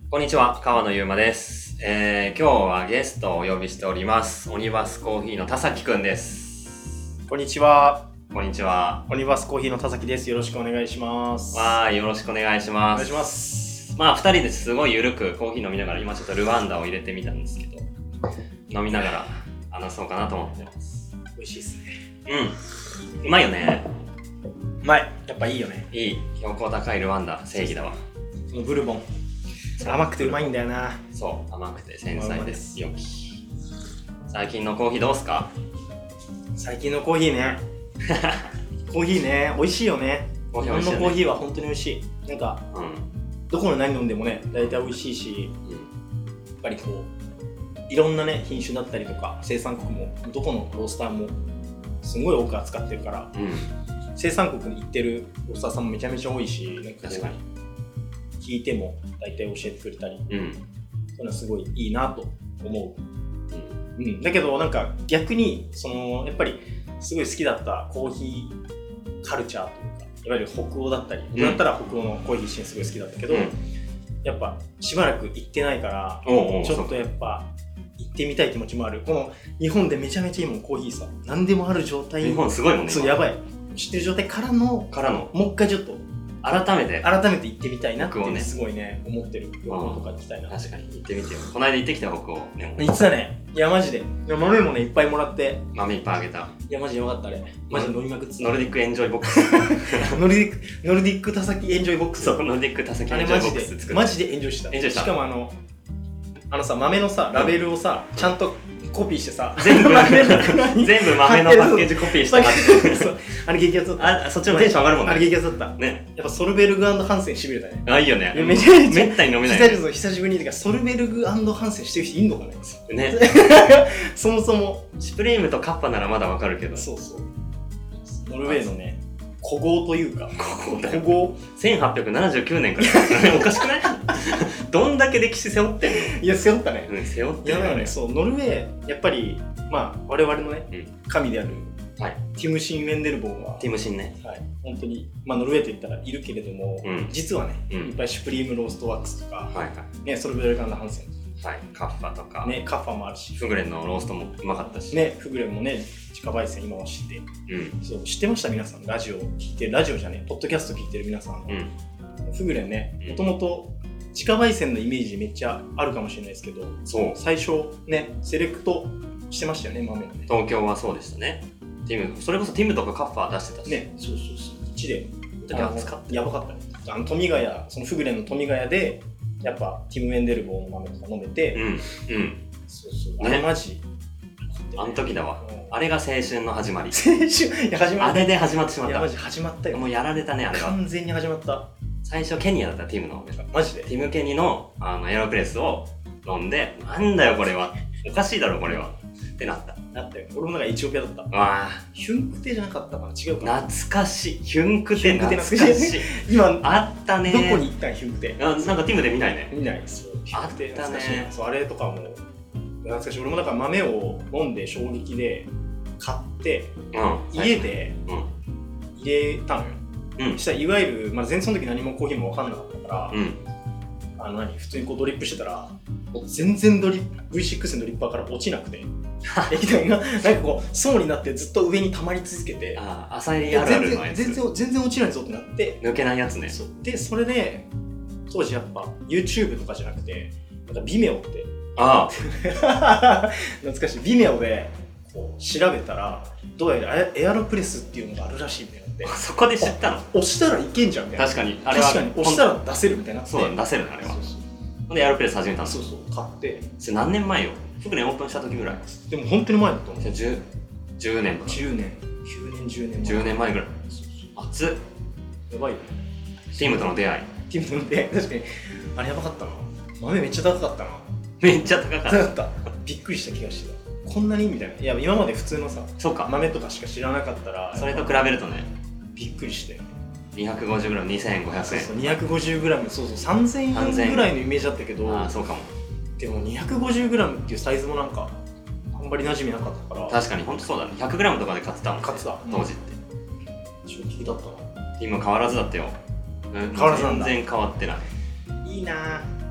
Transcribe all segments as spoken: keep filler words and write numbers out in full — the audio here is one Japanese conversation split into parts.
こんにちは、川野ゆうまです。えー、今日はゲストをお呼びしております。オニバスコーヒーの田崎くんです。 こんにちは。 こんにちは。 オニバスコーヒーの田崎です。よろしくお願いします。 わーい、よろしくお願いします。 お願いします。 まあ、二人ですごいゆるくコーヒー飲みながら、今ちょっとルワンダを入れてみたんですけど、飲みながら話そうかなと思ってます。 美味しいですね。 うん。うまいよね。 うまい。やっぱいいよね。 いい。標高高いルワンダ、正義だわ。 そのブルボン。甘くてうまいんだよな。 そう、甘くて繊細です。良き。最近のコーヒーどうすか？ 最近のコーヒーね。コーヒーね、美味しいよね。 コーヒ日本ー美味しいよね。 のコーヒーは本当に美味しい。なんか、 うん。 どこの何飲んでもね、大体美味しいし、 うん。 やっぱりこう、いろんなね、品種だったりとか、生産国も、どこのロースターも、すごい多く扱ってるから、 うん。 生産国に行ってるロースターさんもめちゃめちゃ多いし、なんかこう確かに。 聞いても大体教えてくれたり、 うん。 そういうのはすごいいいなと思うん。 う。うん。だけどなんか逆にそのやっぱりすごい好きだったコーヒーカルチャーというか、いわゆる北欧だったり、僕だったら北欧のコーヒーシーンすごい好きだったけど、 うん、 やっぱしばらく行ってないから、 おうおうちょっとやっぱ行ってみたい気持ちもある。この日本でめちゃめちゃいいもんコーヒーさ、何でもある状態。 日本すごいもんね。 そうやばい。知ってる状態からのからのもう一回ちょっと改めて改めて行ってみたいなって北欧ねすごいね思ってる。北欧とか行きたいな。 確かに行ってみてよ。この間行ってきた北欧ね。 行ってたね。いやマジで。いや豆もねいっぱいもらって。 豆いっぱいあげた。 いやマジやばかったあれ。マジで飲みまくってた。 ノルディックエンジョイボックス。 ノルディックノルディック田崎エンジョイボックス。 そうノルディック田崎エンジョイボックス作る。 マジでエンジョイした。 エンジョイした。 しかもあのあのさ豆のさラベルをさ、うん、ちゃんとコピーしてさ全部豆の全部豆のパッケージコピーして貼ってそうあれ激アツだった。 あそっちのテンション上がるもんね。 あれ激アツだったね。 やっぱソルベルグ&ハンセンしびれたね。 あいいよね。 めちゃめちゃめったに飲めない、 ね、久, 久しぶりにてかソルベルグ&ハンセンしてる人いんのかね。 ね。 そもそもシュプリームとカッパならまだわかるけど。 そうそうノルウェーのね古豪というか古豪だよ。 古豪せんはっぴゃくななじゅうきゅうねんからおかしくない？どんだけ歴史背負ってんの？ いや背負ったね。 うん背負ってるよね。そうノルウェーやっぱりまあ我々のね、うん、神である、 はい、 ティムシン・ウェンデルボーンはティムシンね、 はい、本当にまあノルウェーと言ったらいるけれども、うん、実はね、うん、いっぱいシュプリームローストワックスとか、はいはい、ねソルベルガンダ・ハンセン、 はい、カッファとかねカッファもあるし、 フグレンのローストもうまかったし、 ねフグレンもね自家焙煎今は知って、うん、そう知ってました皆さんラジオ聞いてラジオじゃねポッドキャスト聞いてる皆さん、うん、フグレンねもともと自家焙煎のイメージめっちゃあるかもしれないですけど、そう最初ねセレクトしてましたよね豆のね。 東京はそうでしたね。ティムそれこそティムとかカッファー出してたしね。そうそうそうこっちで時扱ってやばかったね。あの富ヶ谷そのフグレンの富ヶ谷でやっぱティム・ウェンデルボーの豆とか飲めて、うんうんそうそう、ね、あれマジあの時だわ、うん、あれが青春の始まり。 青春いや始まった。 あれで始まってしまった。 いやマジ始まったよ。 もうやられたねあれは。完全に始まった。 最初ケニアだったティムのマジでティムケニのあのエアロプレスを飲んでなんだよこれはおかしいだろこれはってなった。 なったよ。俺もなんかエチオピアだった。 わあヒュンクテじゃなかったかな違うかな。 懐かしいヒュンクテ懐かしい。 今あったね。 どこに行ったんヒュンクテ。 あなんかティムで見ないね。 見ないそうあったね。 そうあれとかも懐かしい。俺もだから豆を飲んで衝撃で買って、うん、家で入れたのよ。うん、したらいわゆる、まあ、全然その時何もコーヒーも分かんなかったから、うん、あの何普通にこうドリップしてたら全然ドリップ ブイシックス のドリッパーから落ちなくて液体がなんかこう層になってずっと上に溜まり続けてああ浅いあるあるのやつ全然全然落ちないぞってなって抜けないやつね。 そうでそれで当時やっぱ YouTube とかじゃなくてなんか Vimeo ってああ懐かしい Vimeo でこう調べたらどうやらエアロプレスっていうのがあるらしいみたいな。 そこで知ったの。 押したらいけんじゃんみたいな。確かにあれは確かに押したら出せるみたいな。 そう出せるのあれは。そうそうでエアロプレス始めたの。 そうそう買って。 それ何年前よ。フグレンオープンした時ぐらい。 でも本当に前だと思う。 じゅう、じゅうねんとか。 じゅうねん、きゅうねん、じゅうねんまえ。 じゅうねんまえぐらい。熱っ。 やばいよね。 ティムとの出会い。 ティムとの出会い確かにあれやばかったな。豆めっちゃ高かったな。 めっちゃ高かった。 高かった。びっくりした気がしてた。こんなにみたいな。いや今まで普通のさ、 そうか豆とかしか知らなかったら。 それと比べるとね。 びっくりして。 にひゃくごじゅうグラムにせんごひゃくえん。 そうそうにひゃくごじゅうグラムそうそうさんぜんえんぐらいのイメージだったけど。 ああそうかも。 でも にひゃくごじゅうグラム っていうサイズもなんかあんまり馴染みなかったから。 確かに本当そうだね。ひゃくグラム とかで買ってたもん、ね、 買ってた当時って。 衝撃だったな。 今変わらずだったよ。 変わらずなんだ。 全然変わってない。 いいな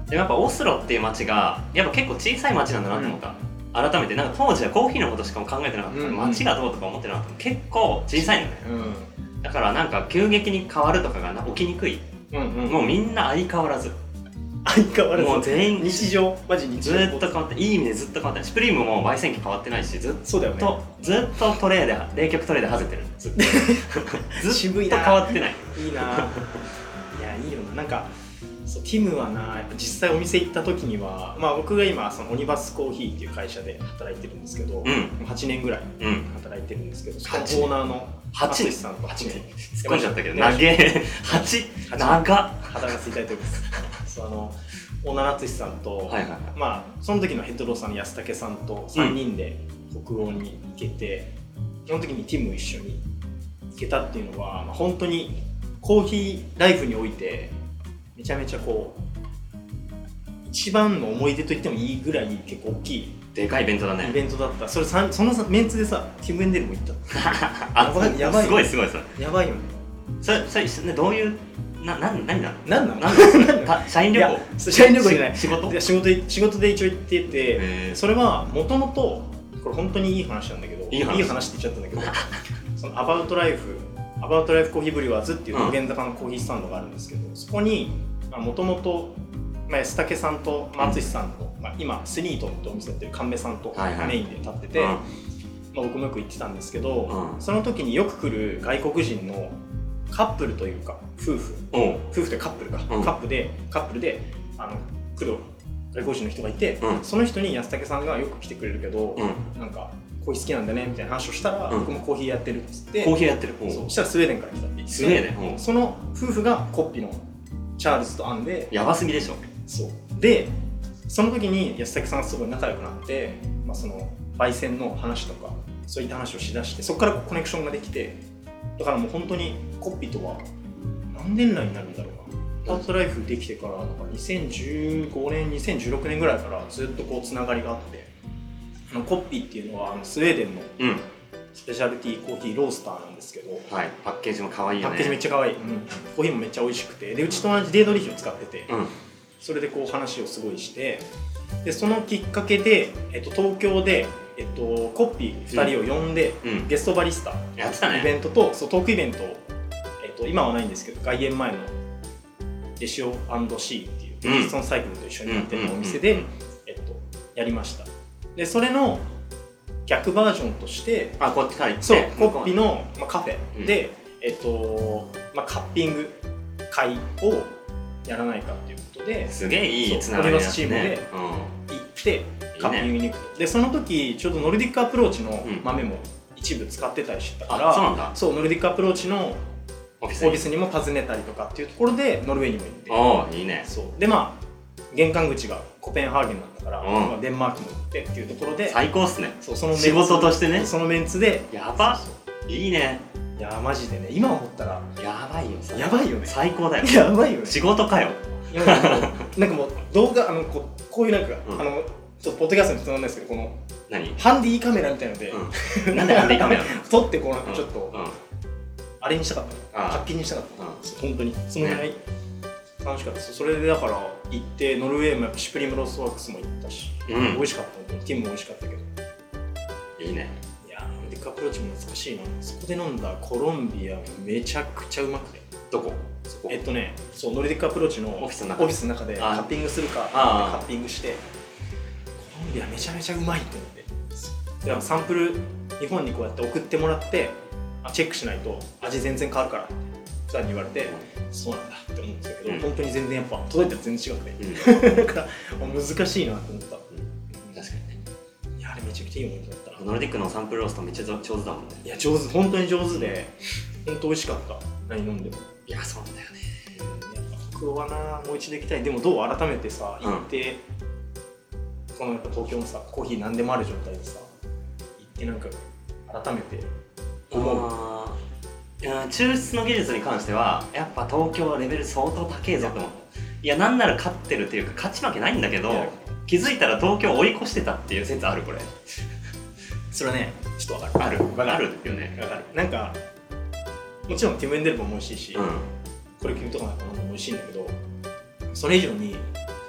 でもやっぱオスロっていう街がやっぱ結構小さい街なんだなって思った、うん、改めてなんか当時はコーヒーのことしか考えてなかったから、うん、街がどうとか思ってなかった結構小さいのね、うん、だからなんか急激に変わるとかが起きにくい、うんうん、もうみんな相変わらず相変わらずもう全員日常マジ日常ずっと変わっていい意味でずっと変わってないシュプリームも焙煎機変わってないしずっとそうだよ、ね、 ずっとトレーで冷却トレーで混ぜてるずっとずっと変わってないいいないやいいよななんかそうティムはなやっぱ実際お店行った時にはまあ僕が今そのオニバスコーヒーっていう会社で働いてるんですけど、うん、はちねんぐらい働いてるんですけど、うん、そのオーナーの淳さんとはちねん突っ込んじゃったけど長えはち長っ働かせていただいておりますそうあのオーナーの淳さんと、はいはいはい、まあその時のヘッドローさんの安武さんとさんにんで北欧に行けて、うん、その時にティム一緒に行けたっていうのは、まあ、本当にコーヒーライフにおいてめちゃめちゃこう一番の思い出と言ってもいいぐらい結構大きいでかいイベントだねイベントだったそれそのメンツでさティム・エンデルも行ったあやばいすごいすごいそれやばいよねそれそれ、ね、どういうなな何なの何なの社員旅行社員旅行じゃない仕事いや仕事仕事で一応行っててそれはもともとこれ本当にいい話なんだけどいい 話, いい話って言っちゃったんだけどそのアバウトライフアバウトライフコーヒーブリュワーズっていう道玄坂のコーヒースタンドがあるんですけど、うん、そこにもともと安武さんと淳さんの、まあ、今スニートンってお店やってる神戸さんとメインで立ってて、はいはいまあ、僕もよく行ってたんですけど、うん、その時によく来る外国人のカップルというか夫婦、うん、夫婦というカップルか、うん、カップでカップルであの来る外国人の人がいて、うん、その人に安武さんがよく来てくれるけど、うん、なんかコーヒー好きなんだねみたいな話をしたら、うん、僕もコーヒーやってるっつってコーヒーやってるそうそしたらスウェーデンから来たって言ってスウェーデン、うん、 その夫婦がコッピのチャールズとアンでやばすぎでしょそうでその時に安武さんがすごい仲良くなって、まあ、その焙煎の話とかそういった話をしだしてそこからコネクションができてだからもう本当にコッピとは何年来になるんだろうなパートライフできてからにせんじゅうごねんにせんじゅうろくねんぐらいからずっとこうつながりがあってあのコッピっていうのはあのスウェーデンのスペシャルティーコーヒーロースターなんですけど、 はい、パッケージも可愛いよねパッケージめっちゃ可愛い、うん、コーヒーもめっちゃ美味しくてでうちと同じデードリヒを使ってて、うん、それでこう話をすごいしてでそのきっかけで、えっと、東京で、えっと、コッピーふたりを呼んで、うん、ゲストバリスタやってたねイベントとそうトークイベントを、えっと、今はないんですけど外苑前のレシオ&シーっていうテキストンサイクルと一緒にやってるお店で、えっと、やりましたでそれの逆バージョンとしてあこっちから行ってそうコッピの、まあ、カフェで、うんえっとまあ、カッピング会をやらないかっていうことですげえいいつながりだねチームで行って、うん、カッピングに行くと、ね、でその時ちょうどノルディックアプローチの豆も一部使ってたりしてたから、 うん、そうなんだそうノルディックアプローチのオフィスにも訪ねたりとかっていうところでノルウェーにも行っておーいいねそうでまあ玄関口がコペンハーゲンだったから、うんまあ、デンマークも行ってっていうところで最高っすねそうその仕事としてねそのメンツでやばそうそういいねいやマジでね今思ったらやばいよやばいよね最高だよやばいよね仕事かよいやなんかもうなんかもう動画あのこうこういうなんか、うん、あのちょっとポッドキャストに伝わらないですけどこの何ハンディカメラみたいので、 うん、なんでハンディカメラ撮ってこうなんかちょっと、 うんうん、 あれにしたかった発見にしたかった、うん、本当にそのぐらい、ね、楽しかったですそれでだから行ってノルウェーもやっぱシュプリームローストワークスも行ったし、うん、美味しかったティムも美味しかったけどいいねいやーデックアプローチも懐かしいなそこで飲んだコロンビアめちゃくちゃうまくてどこえっとねそうノルディックアプローチのオフィスの中で, オフィスの中でカッピングするかカッピングしてコロンビアめちゃめちゃうまいって思ってでサンプル日本にこうやって送ってもらってチェックしないと味全然変わるからってふたりに言われて、うん、そうなんだって思うんですけど、うん、本当に全然やっぱ届いたら全然違くて、うん、だから難しいなと思った、うん、確かにねいやあれめちゃくちゃいい思い出だったなノルディックのサンプルローストめっちゃ上手だもんねいや上手本当に上手で本当美味しかった何飲んでもいやそうなんだよねやっぱ北欧はなもう一度行きたいでもどう改めてさ行って、うん、このやっぱ東京のさコーヒー何でもある状態でさ行ってなんか改めて思うあいや抽出の技術に関してはやっぱ東京はレベル相当高いぞと思ういやなんなら勝ってるっていうか勝ち負けないんだけど気づいたら東京追い越してたっていう説あるこれそれはねちょっと分かるある分かるよね分かるなんかもちろんティム・エンデルも美味しいし、うん、これ君とかなんかも美味しいんだけどそれ以上に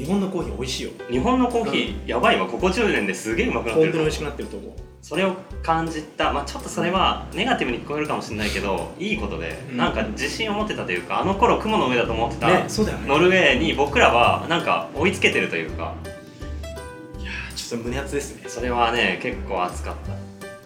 日本のコーヒー美味しいよ。 日本のコーヒー、うん、やばいわ。ここじゅうねんですげえうまくなってる。 本当に美味しくなってると思う。 それを感じた。まあちょっとそれはネガティブに聞こえるかもしれないけど、いいことで、うん、なんか自信を持ってたというか、あの頃雲の上だと思ってた、 ね、そうだよね、 ノルウェーに僕らはなんか追いつけてるというか。 いやー、ちょっと胸熱ですね。 それはね、結構熱かった。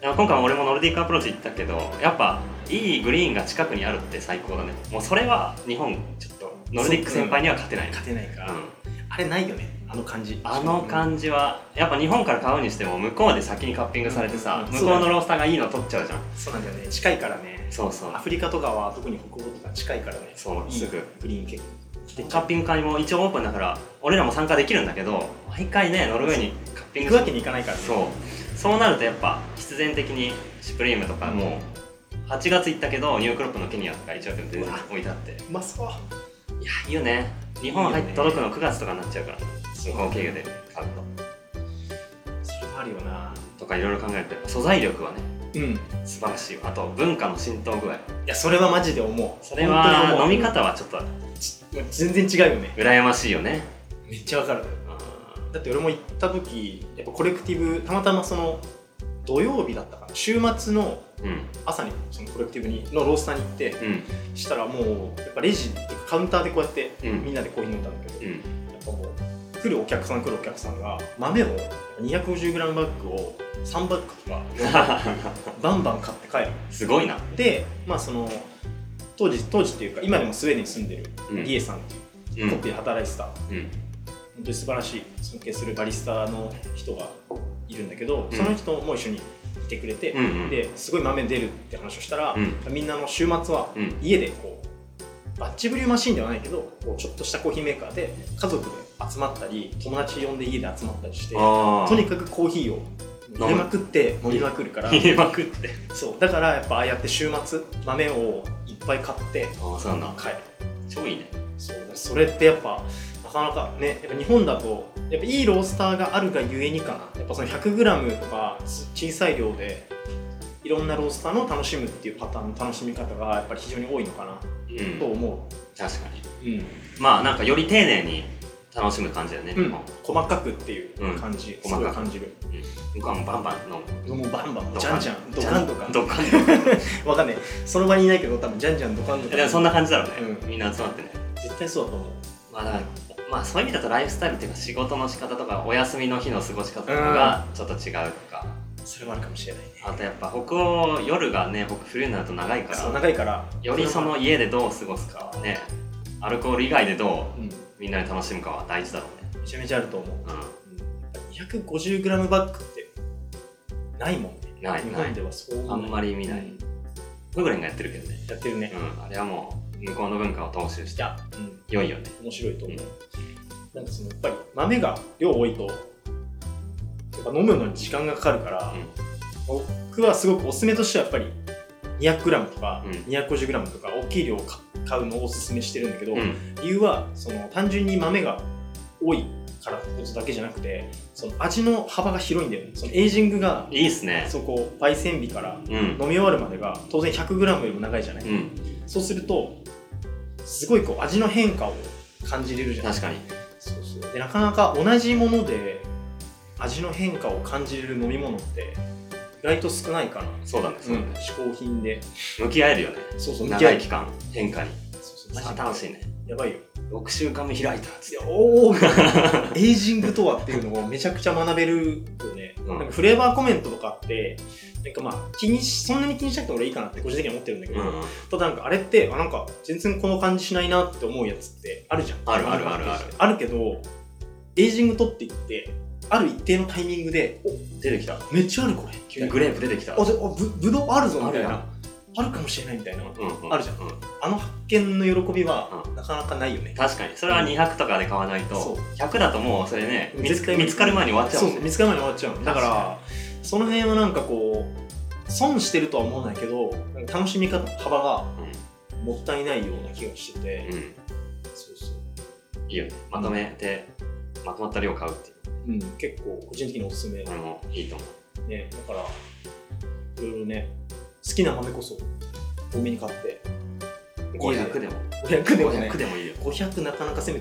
今回も俺もノルディックアプローチ行ったけど、やっぱいいグリーンが近くにあるって最高だね。もうそれは日本ちょっとノルディック先輩には勝てない。 勝てないから、うん、あれないよね、あの感じ。 あの感じはやっぱ日本から買うにしても向こうで先にカッピングされてさ、うん、向こうのロースターがいいの取っちゃうじゃん。 そうなんだよね、近いからね。 そうそう、 アフリカとかは特に北欧とか近いからね。 そう、すぐグリーン結構カッピング会も一応オープンだから俺らも参加できるんだけど、毎回ねノルウェーにカッピング行くわけにいかないからね。 そうそうなるとやっぱ必然的にシュプリームとかもはちがつ行ったけどニュークロップのケニアとか一応全然置いてあって、 うまそう。 いやいいよね。日本入って届くのくがつとかになっちゃうから、向こう経由で買うと。 それもあるよなとかいろいろ考えて、素材力はね、 うん、 素晴らしい。あと文化の浸透具合。いや、それはマジで思う。 それは飲み方はちょっと全然違うよね。 羨ましいよね。 めっちゃわかる。だって俺も行った時、やっぱコレクティブ、たまたまその土曜日だったかな、週末の朝にそのコレクティブにのロースターに行って、うん、したらもうやっぱレジっていうかカウンターでこうやってみんなでコーヒー飲んだんだけど、うん、やっぱもう来るお客さん来るお客さんが豆を にひゃくごじゅうグラム バッグをさんバッグとかバンバン買って帰る。 すごいな。 で、まあその当時当時っていうか今でもスウェーデンに住んでるリエさんっていうコピーで働いてた、うん、本当に素晴らしい尊敬するバリスタの人がいるんだけど、うん、その人も一緒にいてくれて、うんうん、ですごい豆出るって話をしたら、うん、みんなの週末は家でこうバッチブリューマシンではないけどこうちょっとしたコーヒーメーカーで家族で集まったり友達呼んで家で集まったりして、とにかくコーヒーを入れまくって飲みまくるから入れまくってそうだからやっぱああやって週末豆をいっぱい買って帰る。 超いいね。 そうそれってやっぱなかなかね、やっぱ日本だとやっぱいいロースターがあるがゆえにかな、やっぱその ひゃくグラム とか小さい量でいろんなロースターの楽しむっていうパターンの楽しみ方がやっぱり非常に多いのかな、うん、と思う。 確かに、うん、まあなんかより丁寧に楽しむ感じだよね、 うん、細かくっていう感じ、うん、すごい感じる。 僕はもうバンバン飲む。 もうバンバン、じゃんじゃん、ドカンドカン。 ドカンわかんない。その場にいないけど、多分じゃんじゃんドカンドカン。 でもそんな感じだろうね。うん、みんな集まってね。 絶対そうだと思う。 まあだから、まあそういう意味だとライフスタイルっていうか仕事の仕方とかお休みの日の過ごし方とかがちょっと違うとか。 それもあるかもしれないね。 あとやっぱ北欧夜がね、僕冬になると長いから。 そう長いから。 よりその家でどう過ごすかはね、アルコール以外でどうみんなで楽しむかは大事だろうね。 めちゃめちゃあると思う。うん、にひゃくごじゅうグラム バッグってないもんね。 ない。 日本ではそうあんまり見ない。フグレンがやってるけどね。 やってるね。 うん、あれはもう向こうの文化を踏襲して、うん、良いよね。 面白いと思う。うん、なんかそのやっぱり豆が量多いとやっぱ飲むのに時間がかかるから、うん、僕はすごくおすすめとしてはやっぱり にひゃくグラム とか、うん、にひゃくごじゅうグラム とか大きい量を買うのをおすすめしてるんだけど、うん、理由はその単純に豆が多いからってことだけじゃなくて、その味の幅が広いんだよね。そのエイジングがいいっすね。 そこ焙煎日から飲み終わるまでが当然 ひゃくグラム よりも長いじゃない、うん、そうするとすごいこう味の変化を感じれるじゃない。 確かに。 そうそう。でなかなか同じもので味の変化を感じれる飲み物って意外と少ないかな。 そうだね、そうだね、 うん、嗜好品で向き合えるよね。 そうそう、 長い期間変化に。 そうそう、 マジ楽しいね。 やばいよ。 ろくしゅうかんめ開いたっつって、 おおエイジングとはっていうのをめちゃくちゃ学べるよね、うん、なんかフレーバーコメントとかってなんかまあ気にしそんなに気にしなくても俺いいかなって個人的には思ってるんだけど、うん、ただなんかあれってあなんか全然この感じしないなって思うやつってあるじゃん。 あるあるあるあるあるけどエイジング取っていってある一定のタイミングでお出てきた、 めっちゃあるこれ急にグレープ出てきた、 あであ ぶ, ぶどうあるぞみたいな、あるかもしれないみたいな、うんうん、あるじゃん、うん、あの発見の喜びは、うん、なかなかないよね。 確かにそれはにひゃくとかで買わないと、ひゃくだともうそれね見つ, 見つかる前に終わっちゃうもんね。 そう見つかる前に終わっちゃう。だからその辺はなんかこう損してるとは思わないけど楽しみ方の幅がもったいないような気がしてて、うん、そうそういいよね。まとめて、うん、まとまった量買うっていう、 うん、結構個人的におすすめ。 俺もいいと思うね。だからいろいろね好きな豆こそ多めに買ってごひゃくでもごひゃくでもねごひゃくでもいいよ。 ごひゃくなかなか攻めてる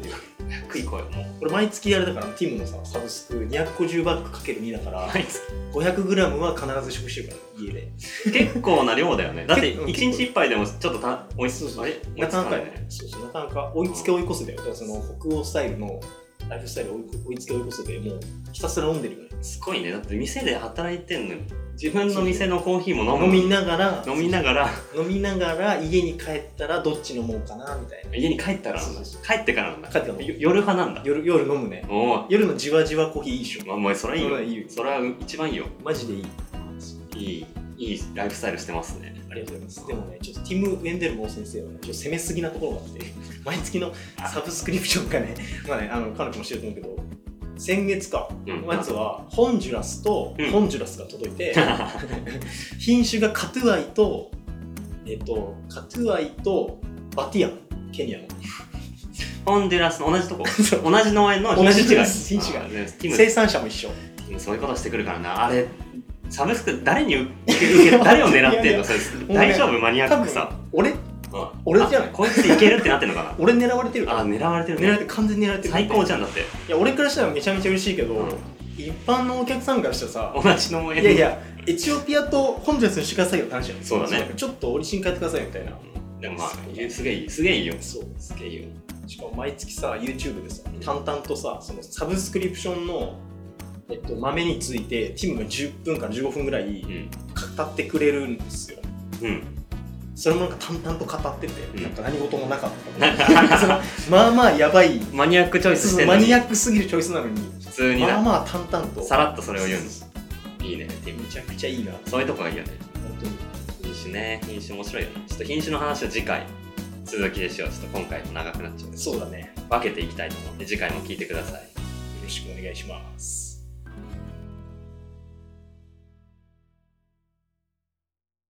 ごひゃくいこうよもう。 これ毎月あれだから、ティムのさサブスクにひゃくごじゅうバッグかけるにだから毎月ごひゃくグラム は必ず食してるから家で。 結構な量だよね。だっていちにちいっぱいでもちょっとた追いつそうそうあれなかなかね、そうそうなかなか追いつけ追い越せだよ。だからその北欧スタイルのライフスタイルを追いつけ追い越せでもうひたすら飲んでるよね。 すごいね。だって店で働いてんのに自分の店のコーヒーも飲む飲みながら飲みながら飲みながら家に帰ったらどっち飲もうかなみたいな。 家に帰ったらなんだ。 そう帰ってからなんだ。 帰ってからよ夜派なんだ。 夜夜飲むね。 おお。 夜のじわじわコーヒーいいっしょ。 まあもうそれはいいよ。 それはいいよそれは一番いいよ。 マジでいい。 いいいいライフスタイルしてますね。 ありがとうございます。でもね、ちょっとティム・ウェンデルモー先生はね、ちょっと攻めすぎなところがあって、毎月のサブスクリプションがね、まあね、あの彼女も知ってると思うけど、先月か、 うんのやつはホンジュラスとホンジュラスが届いて、うん、品種がカトゥアイと、えっと、カトゥアイとバティアン、ケニアの。 ホンジュラスの同じとこ同じ農園の品種違い。 品種が、ね、生産者も一緒。 そういうことしてくるからな。あれサブスク誰に受け受け誰を狙ってんの？それ大丈夫マニアックさ。 俺俺じゃない。 こいついけるってなってんのかな。 俺狙われてる。 あ狙われてる。 狙われて完全に狙われてる。 最高じゃんだって。いや俺からしたらめちゃめちゃ嬉しいけど、一般のお客さんからしたらさ、 同じ農園。 いやいやエチオピアとホンジュラスにしてくださいよって話じゃん。 そうだね。 ちょっとオリジン変えてくださいよみたいな。 でもまあすげえいいすげえいいよ。 そうすげえいいよ。 しかも毎月さ YouTube でさ淡々とさそのサブスクリプションのえっと、豆についてティムがじゅっぷんからじゅうごふんぐらい語ってくれるんですよ、うん、それもなんか淡々と語ってて、うん、なんか何事もなかったそのまあまあやばいマニアックチョイスしてるのにマニアックすぎるチョイスなのに普通にまあまあ淡々とさらっとそれを言うんです。いいねティム。 めちゃくちゃいいな。 そういうとこがいいよね本当に。 品種ね品種面白いよね。ちょっと品種の話を次回続きでしよう。ちょっと今回も長くなっちゃう。 そうだね。 分けていきたいと思うので次回も聞いてください。よろしくお願いします。